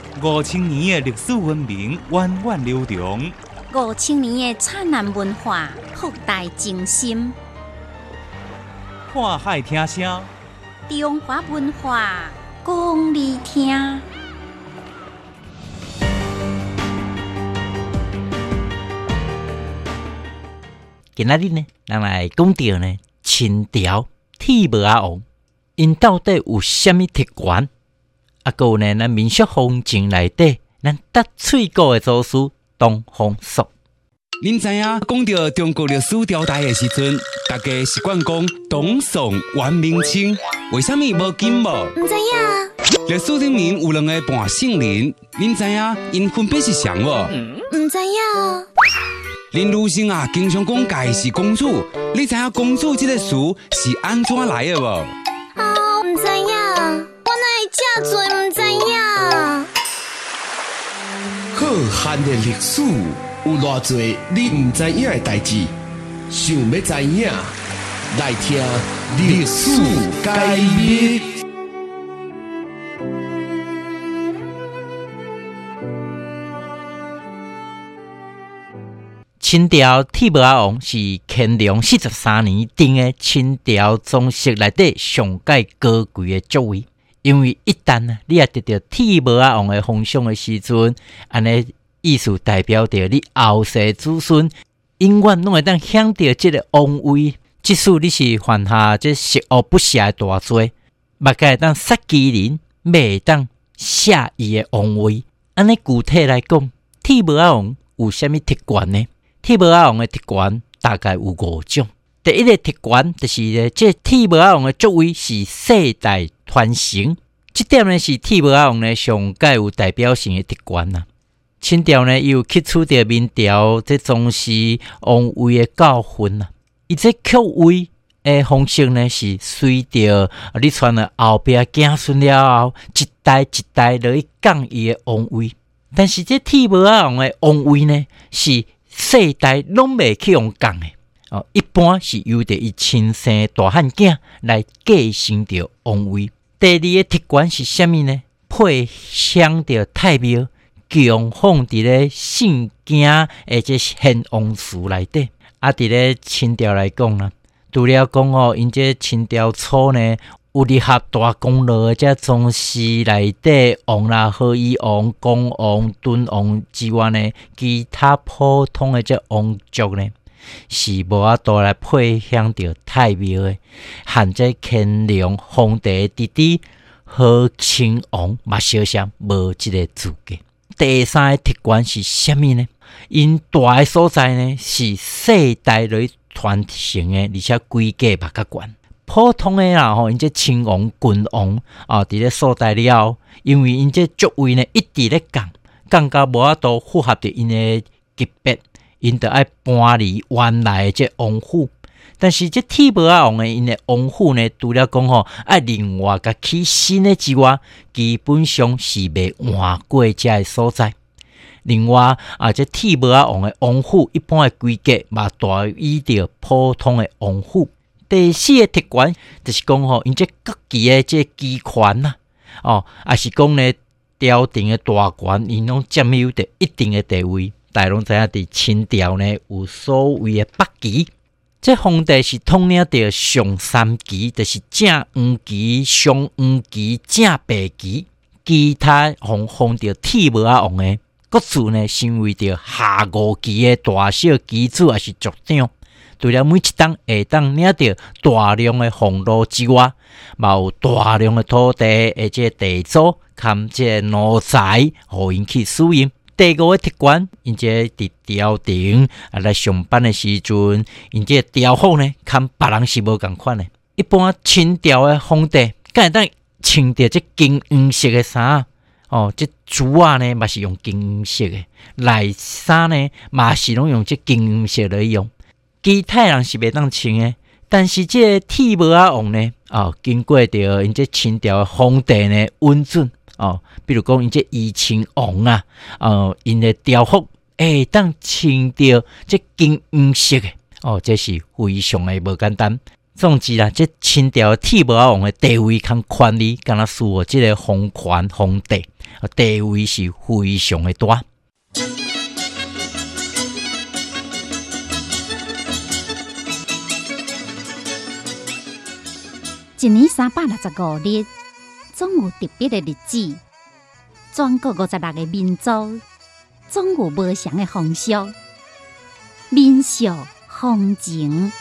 5000年的历史文明源远流长 ，5000年的灿烂文化博大精深。 看海听声， 中华文化讲你听。 今仔日呢，咱来讲到呢清朝铁帽仔王，因到底有啥物特权？还有呢，咱民俗风情内底，咱搭喙鼓的祖师东方朔。 您知影讲到中国历史朝代的时阵，大家习惯讲东宋元明清，为什么无金无？ 唔知影。 历史里面有两个半圣人，您知影因分别是谁无？ 唔知影。 林如生啊，经常讲家是公主，你知影公主这个词是安怎来的无？ 唔知影，我哪会这多唔知影？ 浩瀚的历史，有偌多你唔知影的代志，想要知影，来听历史解密。 清朝铁帽仔王是乾隆43年定的清朝宗室内底上界高贵的职位，因为一旦你也得到铁帽仔王的封赏的时阵，安尼意思代表着你后世子孙永远拢会当享到这个王位。即使你是犯下这十恶不赦的大罪，目个会当杀鸡人，未当下伊的王位。安尼具体来讲，铁帽仔王有啥物特权呢？铁帽仔王的特权大概有5种。第一个特权就是呢，这铁帽仔王的职位是世代传承，这点呢是铁帽仔王呢上界有代表性的特权啦。清朝呢又吸取着明朝这重视王位的教训啦，伊这爵位的方式呢是随着你传了后边子孙了后，一代一代落去降伊的王位。但是这铁帽仔王的王位呢是世代拢未去用降的一般是由着伊亲生大汉囝来继承着王位。第二个特权是啥物呢？配享着太庙，供奉伫咧圣经的这献王祠内底。伫咧清朝来讲啦，除了讲因这清朝初呢有立下大功劳的这宗室内底王啦、和议王、恭王、敦王之外呢，其他普通的这王族呢，是无法度来配享着太庙的。含这乾隆皇帝弟弟和亲王嘛，小相无这个资格。第三个特权是啥物呢？因大的所在呢，是世代来传承的，而且规格嘛较悬。普通的啦因这亲王、郡王伫咧所在了，因为因这职位呢一直咧降到无法度符合着因的级别，因就爱搬离原来的这王府。但是这铁帽仔王的因的王府呢，除了讲爱另外甲起新的之外，基本上是未换过这的所在。另外这铁帽仔王的王府一般的规格嘛大于着普通的王府。第四个特权就是讲因这各级的这机权啦，也是讲呢朝廷的大权，因拢占有着一定的地位。大家拢知影，伫清朝呢有所谓的8旗，这皇帝是统领着上3旗，就是正黄旗、上黄旗、正白旗，其他封着铁帽仔王的各自呢，成为着下5旗的大小旗主，也是族长。除了每一档会当领到大量的俸禄之外，嘛有大量的土地的这地主含这奴才，互因去使用。第5个特权，因这伫朝廷来上班的时阵，因这朝服呢，含别人是无共款的。一般清朝的皇帝，敢会当穿着这金黄色的衫这珠啊呢，嘛是用金黄色的；内衫呢，嘛是拢用这金黄色来用。其他人是袂当穿的，但是这铁帽仔王呢，经过着因这清朝的皇帝呢允准比如讲因这怡亲王啊，因的朝服会当穿着这金黄色的这是非常的无简单。 总之啦，这清朝铁帽仔王的地位跟权力，敢若输我这个皇权皇帝，地位是非常的大。 一年365日，总有特别的日子。全国56个民族，总有无相的风俗、民俗、风情。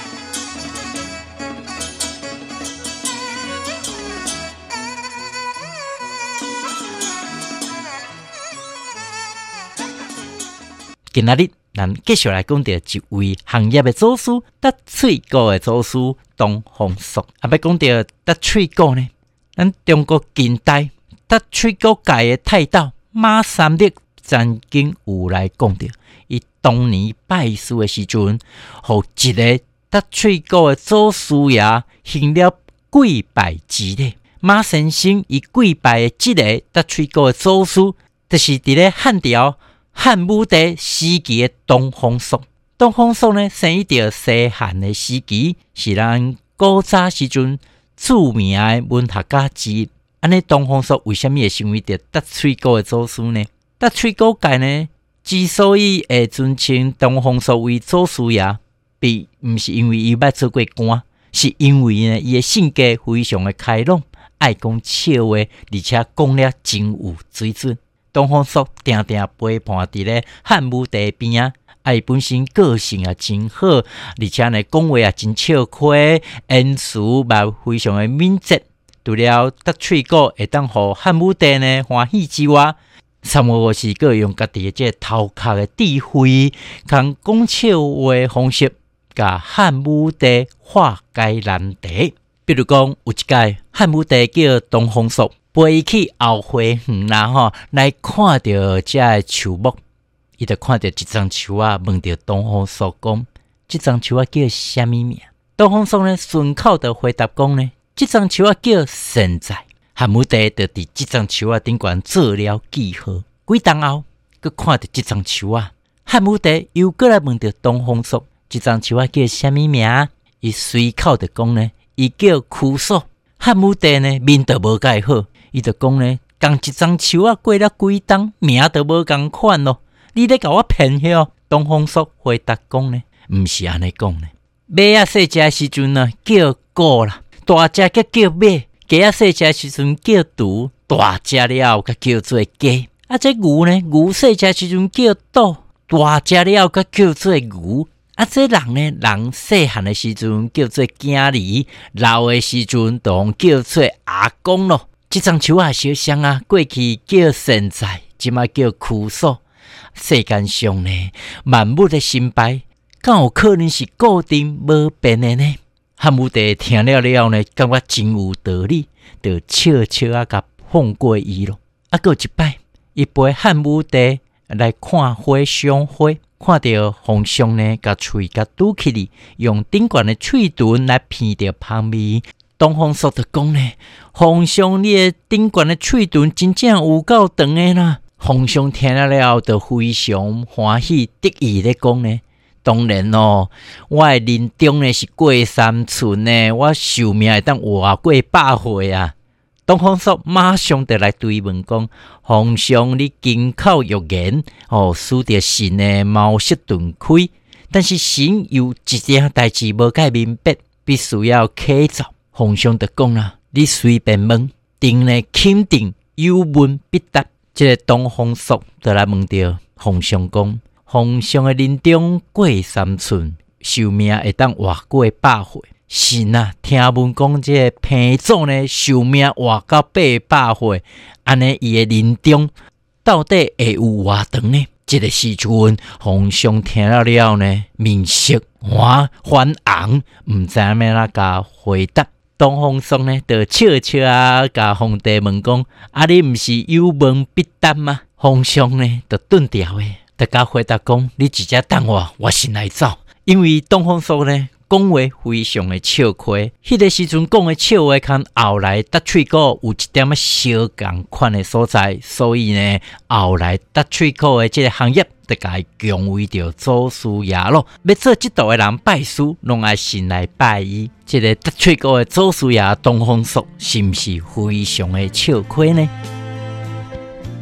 今仔日，咱继续来讲到一位行业的祖师，搭喙鼓的祖师东方朔。要讲到搭喙鼓呢，咱中国近代搭喙鼓界的泰斗马三立曾经有来讲到，伊当年拜师的时阵，互一个搭喙鼓的祖师爷行了跪拜之礼。马先生伊跪拜的这个搭喙鼓的祖师，就是伫咧汉朝汉武帝时期的东方朔。东方朔呢，生于到西汉的时期，是咱古早时阵著名的文学家之一。安尼，东方朔为什么会成为到搭喙鼓的祖师呢？搭喙鼓界呢，之所以会尊称东方朔为祖师爷，并不是因为伊捌做过官，是因为呢，伊的性格非常的开朗，爱讲笑话，而且讲了真有水准。东方朔定定陪伴伫咧汉武帝边啊，伊本身个性也真好，而且呢讲话也真笑亏，言辞嘛非常的敏捷。除了搭喙鼓会当互汉武帝呢欢喜之外，三国时个用家己的这头壳的智慧，跟讲笑话的方式，甲汉武帝化解难题。比如讲，有一届汉武帝叫东方朔陪伊去后花园啦来看到这个树木，伊就看到一丛树啊，问到东方朔讲：这丛树啊叫什么名？东方朔呢顺口就回答讲呢：这丛树啊叫善哉。汉武帝就伫这丛树啊顶悬做了记号。几冬后，佮看到这丛树啊，汉武帝又过来问到东方朔：这丛树啊叫什么名？伊随口就讲呢，伊叫枯树。汉武帝呢面就无介好。伊就讲呢，共一丛树啊过了几冬，名都无共款咯。你咧甲我骗许？东方朔回答讲呢，毋是安尼讲呢。马仔细只时阵呢叫狗啦，大只则叫马；鸡仔细只时阵叫犊，大只了后则叫做鸡。啊，这牛呢，牛细只时阵叫犊，大只了后则叫做牛。啊，这人呢，人细汉的时阵叫做囝儿，老的时阵就叫做阿公咯。这丛树啊，小香啊，过去叫善哉，今仔叫枯树。世间上呢，万物的成败，敢有可能是固定无变的呢？汉武帝听了了呢，感觉真有道理，就悄悄啊甲放过伊咯。啊，过一摆，伊陪汉武帝来看花赏花，看到皇上呢，甲喙甲嘟起哩，用顶悬的喙唇来闻着香味。东方朔就讲呢，皇上你的顶悬的喙唇真正有够长的啦。皇上听了了就非常欢喜得意咧讲呢，当然咯，我的人中呢是过3寸呢，我寿命会当活过100岁啊。东方朔马上就来追问讲，皇上你金口玉言，使得神的茅塞顿开，但是神有一件代志无解明白，必须要启奏。皇上就讲啦，你随便问，定呢肯定有问必答。这个东方朔就来问到皇上讲，皇上的人中过3寸，寿命会当活过100岁。神啊，听闻讲这个平祖呢，寿命活到800岁，安尼伊的人中到底会有偌长呢？这个时阵，皇上听了了呢，面色反红，唔知要哪甲回答。东方朔呢，就悄悄啊，甲皇帝问讲：啊，你毋是有问必答吗？皇上呢，就顿掉诶，就甲回答讲：你直接等我先来走。因为东方朔呢， 讲话非常的笑亏，迄个时阵讲的笑话，跟后来搭喙骨有一点仔小共款的所在，所以呢，后来搭喙骨的这个行业，就甲伊强为着祖师爷咯。要做这道的人拜师，拢爱先来拜伊。这个搭喙骨的祖师爷东方朔，是毋是非常的笑亏呢？